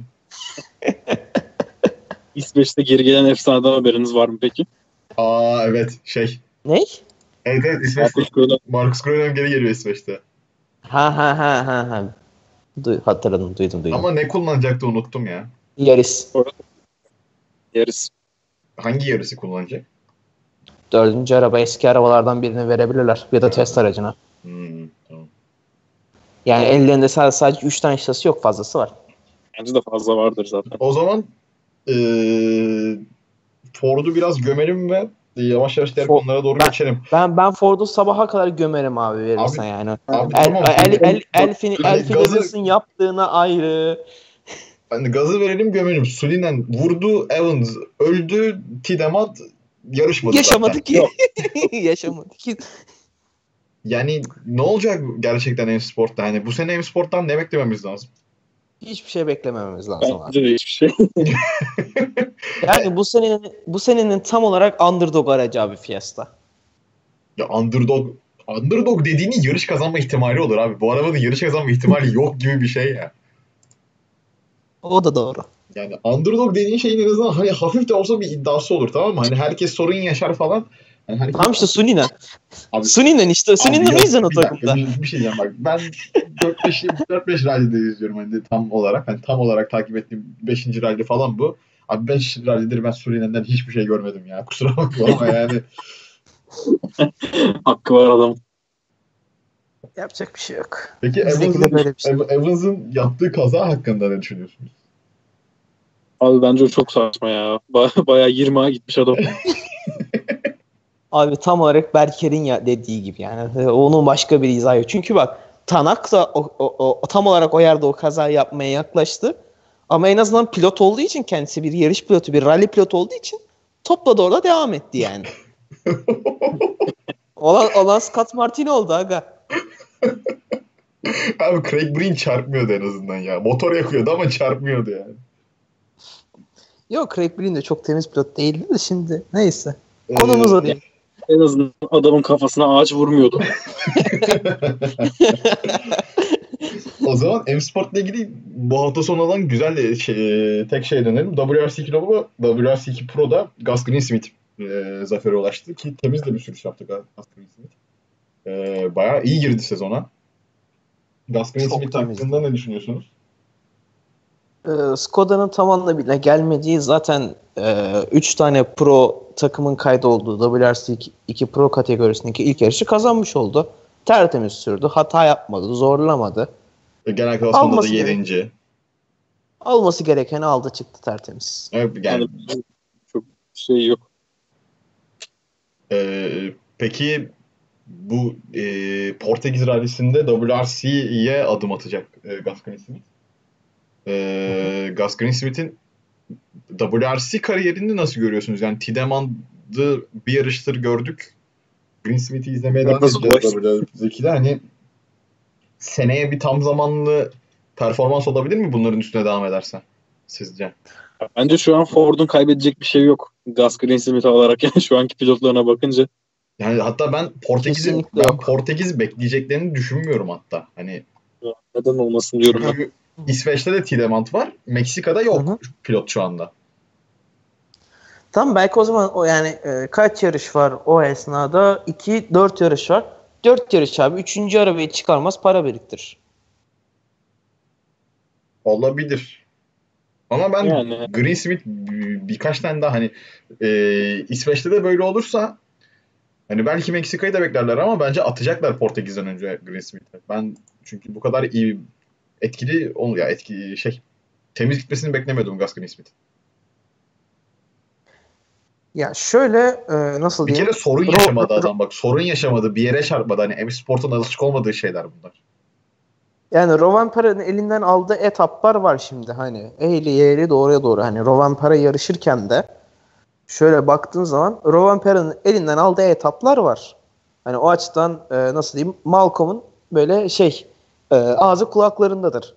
İsveç'te geri gelen efsaneden haberiniz var mı peki? Evet Ne? Evet İsveç'te. Marcus Grönholm geri geliyor İsveç'te. Ha. Hatırladım, duydum. Ama ne kullanacaktı unuttum ya. Yaris. Hangi yarısı kullanacak? 4. araba, eski arabalardan birini verebilirler. Ya da test aracına. Tamam. Yani ellerinde sadece 3 tane şasi yok, fazlası var. Bence de fazla vardır zaten. O zaman Ford'u biraz gömelim ve yavaş yavaş diğer konulara doğru geçelim. Ben Ford'u sabaha kadar gömerim abi, verirsen abi, yani. Abi tamam. Elfin Evans'ın yaptığına ayrı. Yani gazı verelim gömelim. Sulinen vurdu, Evans öldü, Tiedemann yarışmadı Yaşamadı ki. Yaşamadı ki. Yani ne olacak gerçekten M-Sport'ta? Hani bu sene M-Sport'tan ne beklememiz lazım? Hiçbir şey beklemememiz lazım abi. Bence de hiçbir şey. Yani bu senenin tam olarak underdog aracı abi Fiesta. Ya underdog underdog dediğinin yarış kazanma ihtimali olur abi. Bu arabanın yarış kazanma ihtimali yok gibi bir şey ya. O da doğru. Yani underdog dediğin şeyin en azından hani hafif de olsa bir iddiası olur, tamam mı? Hani herkes sorun yaşar falan. Hani herkes... Tamam işte Suninen. Abi, Suninen işte. Suninen o yüzden o bir dakika, takımda. bir şey diyeceğim bak. Ben 4-5 rally'de izliyorum hani tam olarak. Hani tam olarak takip ettiğim 5. rally falan bu. Abi 5 rally'dir ben Surinen'den hiçbir şey görmedim ya. Kusura bakma ama yani. Hakkı var adam. Yapacak bir şey yok. Peki Bizdeki de böyle bir şey. Evans'ın yaptığı kaza hakkında ne düşünüyorsunuz? Abi bence o çok saçma ya. Bayağı 20'a gitmiş adam. Abi tam olarak Berker'in ya dediği gibi yani. Onun başka bir izahı yok. Çünkü bak Tanak da tam olarak o yerde o kazayı yapmaya yaklaştı. Ama en azından pilot olduğu için kendisi bir yarış pilotu, bir rally pilotu olduğu için topladı orada devam etti yani. olan Scott Martin oldu aga. Abi Craig Breen çarpmıyordu en azından ya. Motor yakıyordu ama çarpmıyordu yani. Yok Craig Breen de çok temiz pilot değildi de şimdi. Neyse. Konumuz o değil. En azından adamın kafasına ağaç vurmuyordu. O zaman M-Sport'la ilgili bu hafta sonu olan güzel tek şeye dönelim. WRC2 Pro'da Gus Greensmith zafere ulaştı ki temiz de bir sürüş yaptı Gus Greensmith. Bayağı iyi girdi sezona. Gus Greensmith hakkında ne düşünüyorsunuz? Skoda'nın tam anlamıyla gelmediği zaten 3 tane pro takımın kaydolduğu WRC2 Pro kategorisindeki ilk yarışı kazanmış oldu. Tertemiz sürdü. Hata yapmadı. Zorlamadı. Genel klasmanda da 7. Alması gerekeni aldı çıktı tertemiz. Evet, yani... Çok şey yok. Peki bu Portekiz rallisinde WRC'ye adım atacak Gus Greensmith. Gus Greensmith'in WRC kariyerini nasıl görüyorsunuz? Yani Tideman'dı bir yarıştır gördük. Greensmith'i izlemeye devam edeceğiz WRC'de. Hani seneye bir tam zamanlı performans olabilir mi bunların üstüne devam edersen? Sizce? Bence şu an Ford'un kaybedecek bir şey yok. Gus Greensmith olarak yani şu anki pilotlarına bakınca. Yani hatta ben Portekiz'i bekleyeceklerini düşünmüyorum hatta. Hani neden olmasın diyorum ben. Çünkü İsveç'te de Tiedemann var. Meksika'da yok Hı-hı. pilot şu anda. Tamam belki o zaman o yani kaç yarış var o esnada? 4 yarış var. 4 yarış abi. 3. arabayı çıkarmaz para biriktirir. Olabilir. Ama ben yani. Greensmith birkaç tane daha hani İsveç'te de böyle olursa hani belki Meksika'yı da beklerler ama bence atacaklar Portekiz'den önce Greensmith'e. Ben çünkü bu kadar iyi etkili temiz gitmesini beklemiyordum Gus Greensmith. Ya şöyle nasıl Bir diyeyim? kere sorun yaşamadı adam bak. Sorun yaşamadı. Bir yere çarpmadı. Hani M-Sport'un alışık olmadığı şeyler bunlar. Yani Rovanpera'nın elinden aldığı etaplar var şimdi hani eğri doğruya doğru hani Rovanpera yarışırken de şöyle baktığın zaman Rovanpera'nın elinden aldığı etaplar var. Hani o açıdan nasıl diyeyim Malcolm'un böyle ağzı kulaklarındadır.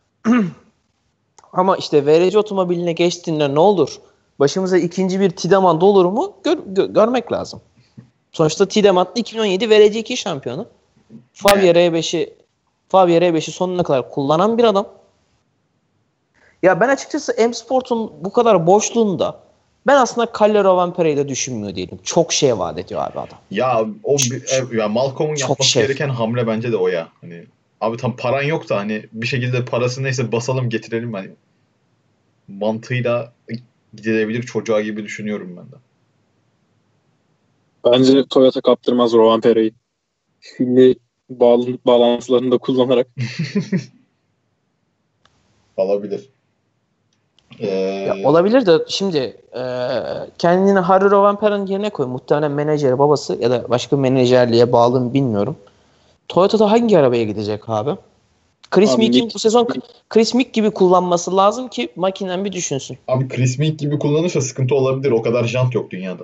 Ama işte VRC otomobiline geçtiğinde ne olur? Başımıza ikinci bir Tiedemann olur mu? Görmek lazım. Sonuçta Tiedemann 2017 VRC2 şampiyonu. Fabia R5'i sonuna kadar kullanan bir adam. Ya ben açıkçası M-Sport'un bu kadar boşluğunda ben aslında Kalle Rovanpera'yı da düşünmüyor değilim. Çok şey vaat ediyor abi adam. Ya Malcolm'un yapması gereken hamle bence de o ya. Hani abi tam paran yok da hani bir şekilde parası neyse basalım getirelim hani mantığıyla gidilebilir çocuğa gibi düşünüyorum ben de. Bence Toyota kaptırmaz Rovanpera'yı. Şimdi bağlantılarını da kullanarak. Olabilir. Ya olabilir de şimdi kendini Harry Rovanpera'nın yerine koy. Muhtemelen menajeri babası ya da başka menajerliğe bağlı mı bilmiyorum. Toyota'da hangi arabaya gidecek abi? Chris Meek'in bu sezon Chris Meek gibi kullanması lazım ki makinen bir düşünsün. Abi Chris Meek gibi kullanırsa sıkıntı olabilir. O kadar jant yok dünyada.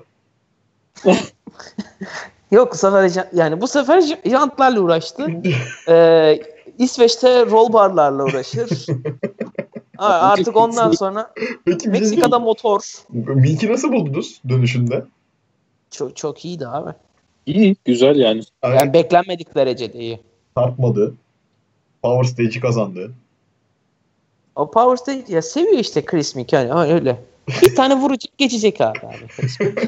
Yok bu sefer jantlarla uğraştı. İsveç'te roll barlarla uğraşır. Artık ondan sonra Peki, Meksika'da motor. Meek'i nasıl buldunuz dönüşünde? Çok iyiydi abi. İyi, güzel yani. Yani beklenmedik derecede iyi. Tartmadı. Power Stage'i kazandı. O Power Stage ya seviyor işte Chris Mick yani öyle. Bir tane vuracak geçecek abi Chris Mick.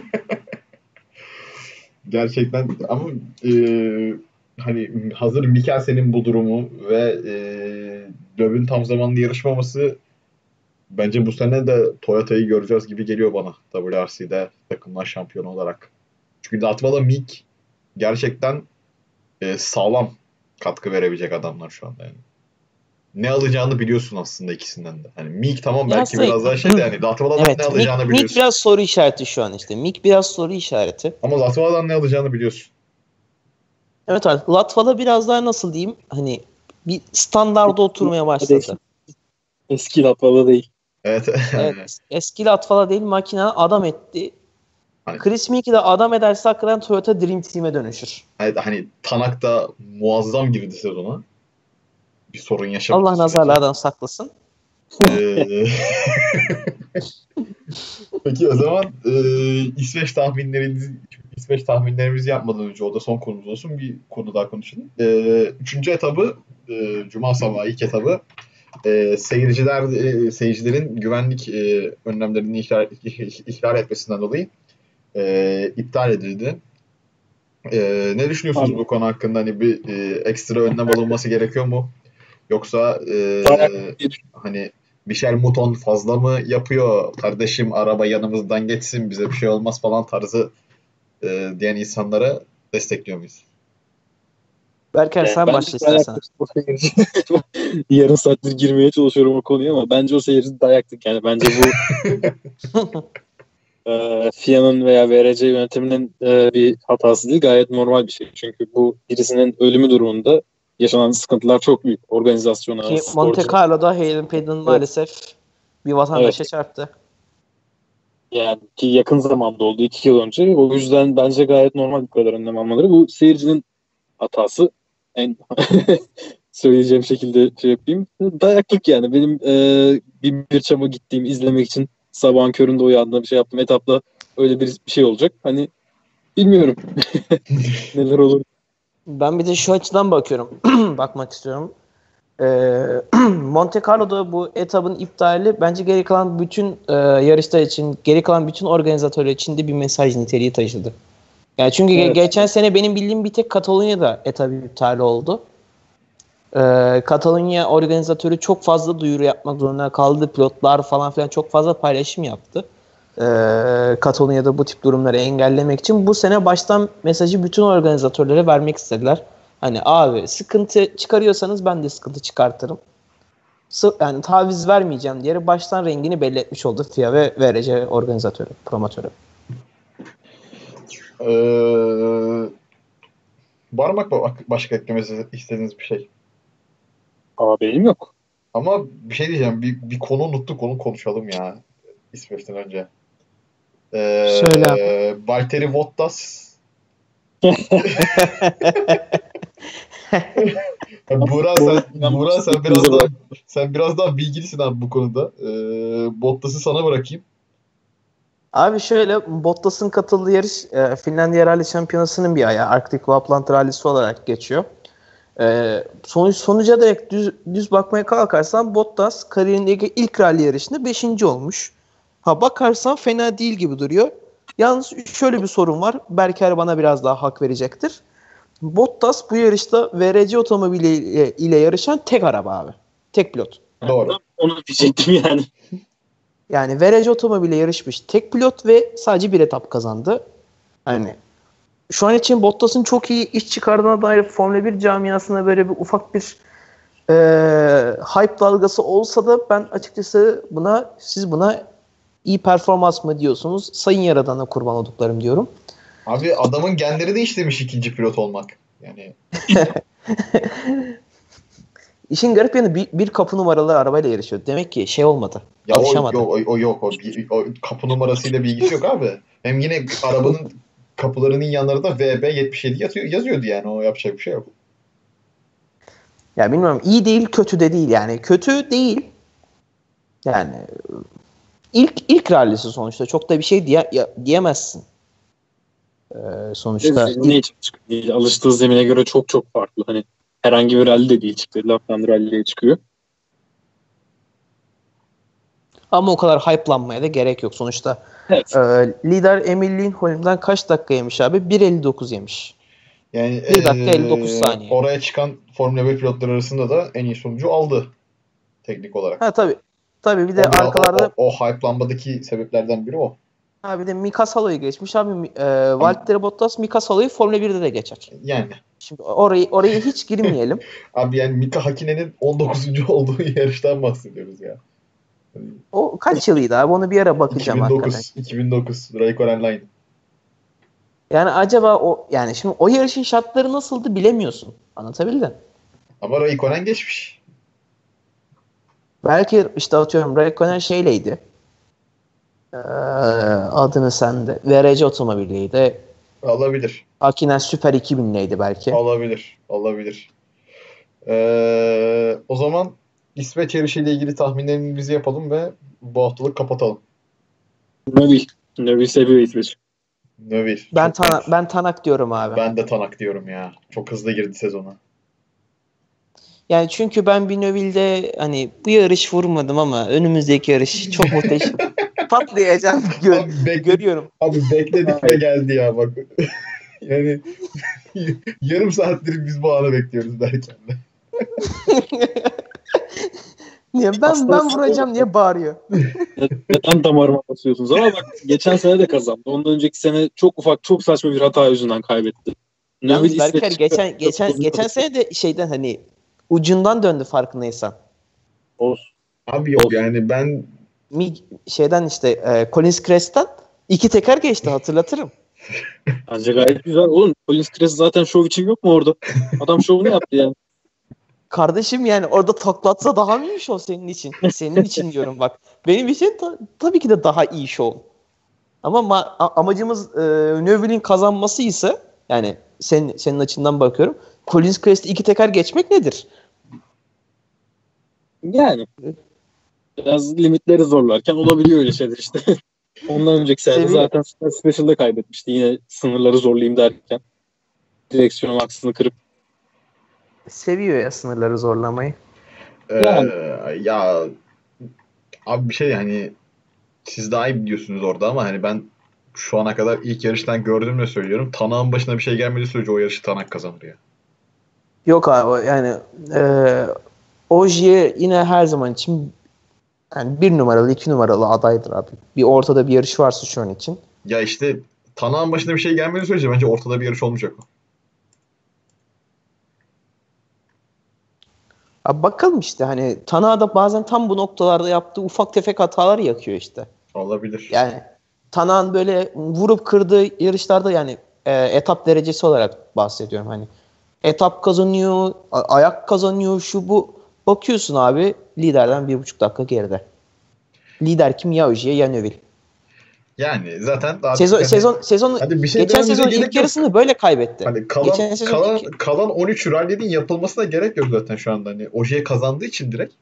Gerçekten ama hani hazır Mikkelsen'in bu durumu ve Loeb'ün tam zamanlı yarışmaması bence bu sene de Toyota'yı göreceğiz gibi geliyor bana WRC'de takımlar şampiyonu olarak. Çünkü Latvala Mick gerçekten sağlam katkı verebilecek adamlar şu anda yani. Ne alacağını biliyorsun aslında ikisinden de. Hani Mick tamam Ya belki biraz daha şey de yani Latvala'dan evet, ne alacağını Mick biliyorsun. biraz soru işareti şu an işte. Mick biraz soru işareti. Ama Latvala'dan ne alacağını biliyorsun. Evet artık Latvala biraz daha nasıl diyeyim hani bir standarda oturmaya başladı. Eski Latvala değil. Evet. Evet, eski Latvala değil makine adam etti. Hani, Chris Mick'i de adam ederse hakikaten Toyota Dream Team'e dönüşür. hani Tanak da muazzam girdi sezona. Bir sorun yaşamadığı Allah sürece. nazarlardan saklasın. Ee, Peki o zaman İsveç tahminlerimizi yapmadan önce o da son konumuz olsun. Bir konu daha konuşalım. Üçüncü etabı Cuma sabahı ilk etabı seyircilerin güvenlik önlemlerini ihlal etmesinden dolayı iptal edildi. Ne düşünüyorsunuz Abi, bu konu hakkında? Hani bir ekstra önlem alınması gerekiyor mu? Yoksa dayak hani Michel Mouton fazla mı yapıyor? Kardeşim araba yanımızdan geçsin bize bir şey olmaz falan tarzı diyen insanlara destekliyor muyuz? Berker yani sen bence başla istersen. dayaktık o seyirci. Yarım saattir girmeye çalışıyorum o konuya ama bence o seyirci dayaktık. Yani bence bu FIA'nın veya VRC yönetiminin bir hatası değil. Gayet normal bir şey. Çünkü bu birisinin ölümü durumunda yaşanan sıkıntılar çok büyük. Organizasyona, Ki Monte sporculara. Carlo'da Hayden Paddon Evet, maalesef bir evet. vatandaşa çarptı. Yani ki yakın zamanda oldu 2 yıl önce. O yüzden bence gayet normal bu kadar önlem almaları. Bu seyircinin hatası. En söyleyeceğim şekilde şey yapayım. Dayaklık yani. Benim bir çama gittiğim izlemek için sabahın köründe uyandığım bir şey yaptım. Etapta öyle bir şey olacak. Hani bilmiyorum neler olur. Ben bir de şu açıdan bakıyorum. Bakmak istiyorum. Monte Carlo'da bu etabın iptali bence geri kalan bütün yarışlar için, geri kalan bütün organizatörler için de bir mesaj niteliği taşıdı. Yani çünkü Evet. geçen sene benim bildiğim bir tek Katalonya'da etabı iptali oldu. Katalonya organizatörü çok fazla duyuru yapmak zorunda kaldı. Pilotlar falan filan çok fazla paylaşım yaptı. Katalonya'da bu tip durumları engellemek için bu sene baştan mesajı bütün organizatörlere vermek istediler. Hani abi sıkıntı çıkarıyorsanız ben de sıkıntı çıkartırım. Yani taviz vermeyeceğim diye baştan rengini belli etmiş oldu FIA ve VRC organizatörü, promotörü. Var mı başka eklemesi istediğiniz bir şey? Ama benim yok. Ama bir şey diyeceğim. Bir konu unuttuk. Onu konuşalım ya. İsveç'ten önce. Söyle abi. Valtteri Bottas. Buğra sen biraz daha bilgilisin abi bu konuda. Bottas'ı sana bırakayım. Abi şöyle Bottas'ın katıldığı yarış Finlandiya Rally Şampiyonası'nın bir ayağı. Arctic Lapland Rally'si olarak geçiyor. Sonuca direkt düz bakmaya kalkarsan Bottas kariyerindeki ilk rally yarışında 5. olmuş. Ha bakarsan fena değil gibi duruyor. Yalnız şöyle bir sorun var. Berker bana biraz daha hak verecektir. Bottas bu yarışta VRC otomobili ile yarışan tek araba abi. Tek pilot. Doğru. Onu diyecektim yani. Yani VRC otomobile yarışmış tek pilot ve sadece bir etap kazandı. Hani şu an için Bottas'ın çok iyi iş çıkardığına dair Formula 1 camiasında böyle bir ufak bir hype dalgası olsa da ben açıkçası siz buna iyi performans mı diyorsunuz? Sayın Yaradan'a kurban olduklarım diyorum. Abi adamın genleri değiştirmiş ikinci pilot olmak. Yani İşin garip yanı bir kapı numaralı arabayla yarışıyor. Demek ki şey olmadı. ya Alışamadı. o yok. O kapı numarasıyla bir ilgisi yok abi. Hem yine arabanın kapılarının yanlarında VB77 yazıyordu yani. O yapacak bir şey yok. Ya bilmiyorum. İyi değil, kötü de değil yani. Kötü değil. Yani ilk rallisi sonuçta çok da bir şey diyemezsin. Sonuçta Zemine için çıkıyor. Değil. Alıştığı zemine göre çok çok farklı. Hani herhangi bir rally de değil çıktı. Lapland Rally'ye çıkıyor. ama o kadar hype'lanmaya da gerek yok. Sonuçta Evet. lider Emil Lindholm'dan kaç dakika yemiş abi? 1.59 yemiş. Yani 1 dakika 59 saniye. oraya çıkan Formula 1 pilotları arasında da en iyi sonucu aldı teknik olarak. Ha tabii. Tabii bir de arkalarda o hype'lanmadaki sebeplerden biri o. bir de Mika Salo'yu geçmiş abi. Valtteri Bottas Mika Salo'yu Formula 1'de de geçer. Yani. Şimdi oraya hiç girmeyelim. Abi yani Mika Hakinen'in 19. olduğu yarıştan bahsediyoruz ya. O kaç yılıydı abi? Onu bir ara bakacağım 2009. hakikaten. 2009. Raikkonen Line. Yani acaba yani şimdi o yarışın şartları nasıldı bilemiyorsun. Anlatabildim. Ama Raikkonen geçmiş. Belki işte atıyorum Raikkonen şeyleydi. Adını sen de. VRC otomobiliydi. Alabilir. Hakkinen Süper 2000'leydi belki. Olabilir. O zaman İsveç yarışıyla ilgili tahminlerimizi yapalım ve bu haftalık kapatalım. Nöbil seviyor İsveç. Növil. Ben Tanak diyorum abi. Ben de Tanak diyorum ya. Çok hızlı girdi sezona. Yani çünkü ben bir Növille'de hani bu yarış vurmadım ama önümüzdeki yarış çok muhteşem. Patlayacağım. Görüyorum. Abi bekledik ve geldi ya bak. Yani yarım saattir biz bu anı bekliyoruz derken de. Niye? Ben vuracağım diye bağırıyor. Neden damarıma basıyorsunuz? Ama bak geçen sene de kazandı. Ondan önceki sene çok ufak, çok saçma bir hata yüzünden kaybetti. Yalnız Berker geçen sene de şeyden hani ucundan döndü farkındaysan. Olsun. Abi yok yani ben Şeyden işte Collins Crest'ten 2 teker geçti hatırlatırım. Bence gayet güzel. Oğlum Collins Crest zaten şov için yok mu orada? Adam şovunu yaptı yani. Kardeşim yani orada taklatsa daha mı iyi şov senin için? Senin için diyorum bak. Benim için tabii ki de daha iyi şov. Ama amacımız Neville'in kazanması ise yani senin açından bakıyorum. Collins Crest'i 2 teker geçmek nedir? Yani biraz limitleri zorlarken olabiliyor öyle şeyler işte. Ondan önceki sene zaten Super Special'da kaybetmişti. Yine sınırları zorlayayım derken. Direksiyon aksını kırıp. Seviyor ya sınırları zorlamayı. Yani. Ya abi bir şey yani siz daha iyi biliyorsunuz orada ama hani ben şu ana kadar ilk yarıştan gördüğümle söylüyorum. Tanak'ın başına bir şey gelmediği sürece o yarışı Tanak kazanır ya. Yok abi yani Ogier yine her zaman için yani 1 numaralı 2 numaralı adaydır abi. Bir ortada bir yarış varsa şu an için. Ya işte Tanak'ın başına bir şey gelmediği sürece bence ortada bir yarış olmayacak o. Abi bakalım işte hani Tanak'a da bazen tam bu noktalarda yaptığı ufak tefek hatalar yakıyor işte. Olabilir. Yani Tanak'ın böyle vurup kırdığı yarışlarda yani etap derecesi olarak bahsediyorum hani. Etap kazanıyor, ayak kazanıyor, şu bu. Bakıyorsun abi liderden 1,5 dakika geride. Lider kim? Ya Ogier ya Neuville. Yani zaten daha Sezon hadi bir şey geçen sezon gerek ilk yok. yarısını böyle kaybetti. Hani kalan 13 rally'nin yapılmasına gerek yok zaten şu anda. Hani Ogier kazandığı için direkt.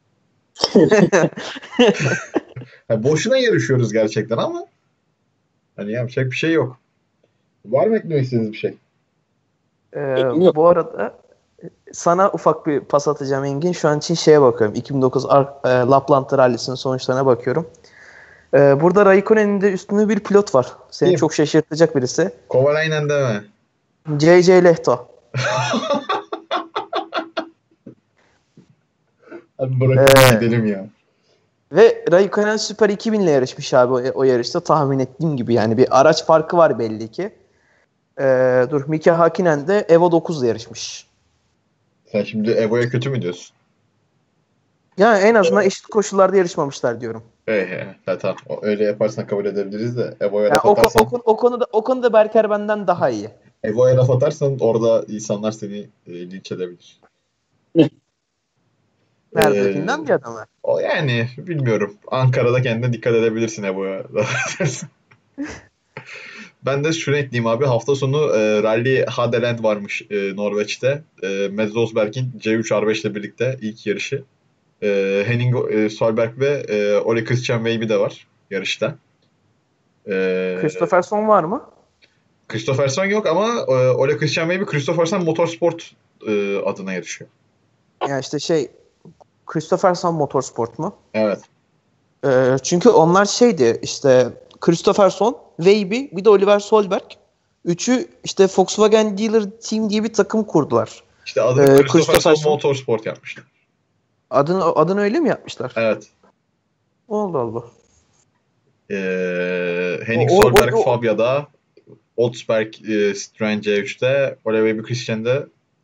Yani boşuna yarışıyoruz gerçekten ama hani yapacak bir şey yok. Var mı eklemek istediğiniz bir şey? Yok. Bu arada sana ufak bir pas atacağım Engin. Şu an için şeye bakıyorum. 2009 Lapland Rally'sinin sonuçlarına bakıyorum. Burada Raikkonen'in de üstünde bir pilot var. Seni Kim? çok şaşırtacak birisi. Kovalainen deme. JJ Lehto. Hadi bırakın gidelim ya. Ve Raikkonen Super 2000 ile yarışmış abi o yarışta tahmin ettiğim gibi. Yani bir araç farkı var belli ki. Mika Hakkinen de Evo 9 ile yarışmış. Sen şimdi Evo'ya kötü mü diyorsun? Yani en azından eşit koşullarda yarışmamışlar diyorum. Tamam. Öyle yaparsan kabul edebiliriz de Evo'ya Yani laf atarsan o konuda Berker benden daha iyi. Evo'ya laf atarsan orada insanlar seni linç edebilir. Neredekinden bir adamı. O yani bilmiyorum. Ankara'da kendine dikkat edebilirsin Evo'ya laf atarsan. Ben de şunu ekleyeyim abi. Hafta sonu Rally Hadeland varmış Norveç'te. Mads Rosberg'in C3 R5 ile birlikte ilk yarışı. Henning Solberg ve Ole Christian Weiby de var yarışta. Christopherson var mı? Christopherson yok ama Ole Christian Weiby Christopherson Motorsport adına yarışıyor. Yani işte Christopherson Motorsport mu? Evet. Çünkü onlar şeydi işte Christopherson, Weiby bir de Oliver Solberg. Üçü işte Volkswagen Dealer Team diye bir takım kurdular. İşte adını Christopherson Motorsport yapmışlar. Adını öyle mi yapmışlar? Evet. Allah Allah. Henning Solberg Fabia'da, Oldsberg Citroen C3'te, Ole Weiby Christian'de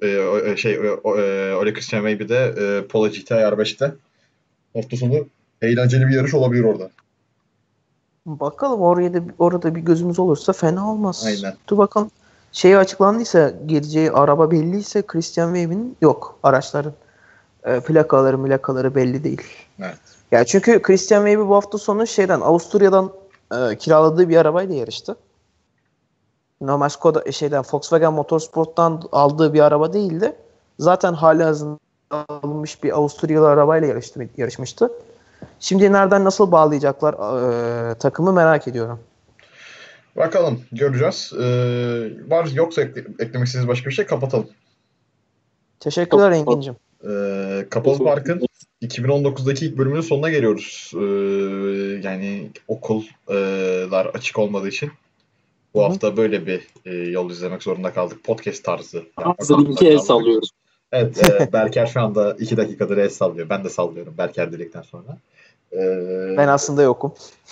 Ole Christian Weiby'de Polo GTI R5'te. Hafta sonu eğlenceli bir yarış olabilir orada. Bakalım orada bir gözümüz olursa fena olmaz. Aynen. Dur bakalım. Açıklandıysa geleceği araba belliyse Christian Weiby'nin yok araçların. Plakaları belli değil. Evet. Ya çünkü Christian Weiby bu hafta sonu Avusturya'dan kiraladığı bir arabayla yarıştı. Normal Skoda Volkswagen Motorsport'tan aldığı bir araba değildi. Zaten halihazırda alınmış bir Avusturyalı arabayla yarışmıştı. Şimdi nereden nasıl bağlayacaklar takımı merak ediyorum. Bakalım göreceğiz. Var yoksa eklemek istediğiniz başka bir şey kapatalım. Teşekkürler Engin'cim. Kapalı Park'ın 2019'daki ilk bölümünün sonuna geliyoruz. Yani okullar açık olmadığı için bu hafta böyle bir yol izlemek zorunda kaldık. Podcast tarzı. Linki el sallıyoruz. Evet. Berker şu anda 2 dakikadır el sallıyor. Ben de sallıyorum Berker dedikten sonra. Ben aslında yokum.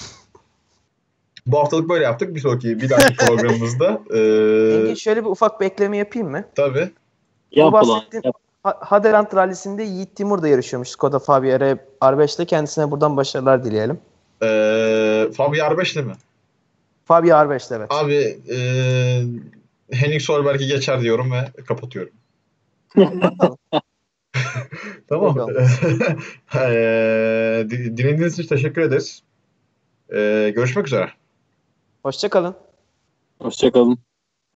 Bu haftalık böyle yaptık. Bir dahaki programımızda. Engin şöyle bir ufak bir ekleme yapayım mı? Tabii. Bu bahsettiğin Hadeland Rally'sinde Yiğit Timur da yarışıyormuş Skoda Fabia R5'te. Kendisine buradan başarılar dileyelim. Fabia R5'te mi? Fabia R5'te evet. Abi Henning Solberg'i geçer diyorum ve kapatıyorum. Tamam. Dinlediğiniz için teşekkür ederiz. Görüşmek üzere. Hoşça kalın. Hoşça kalın.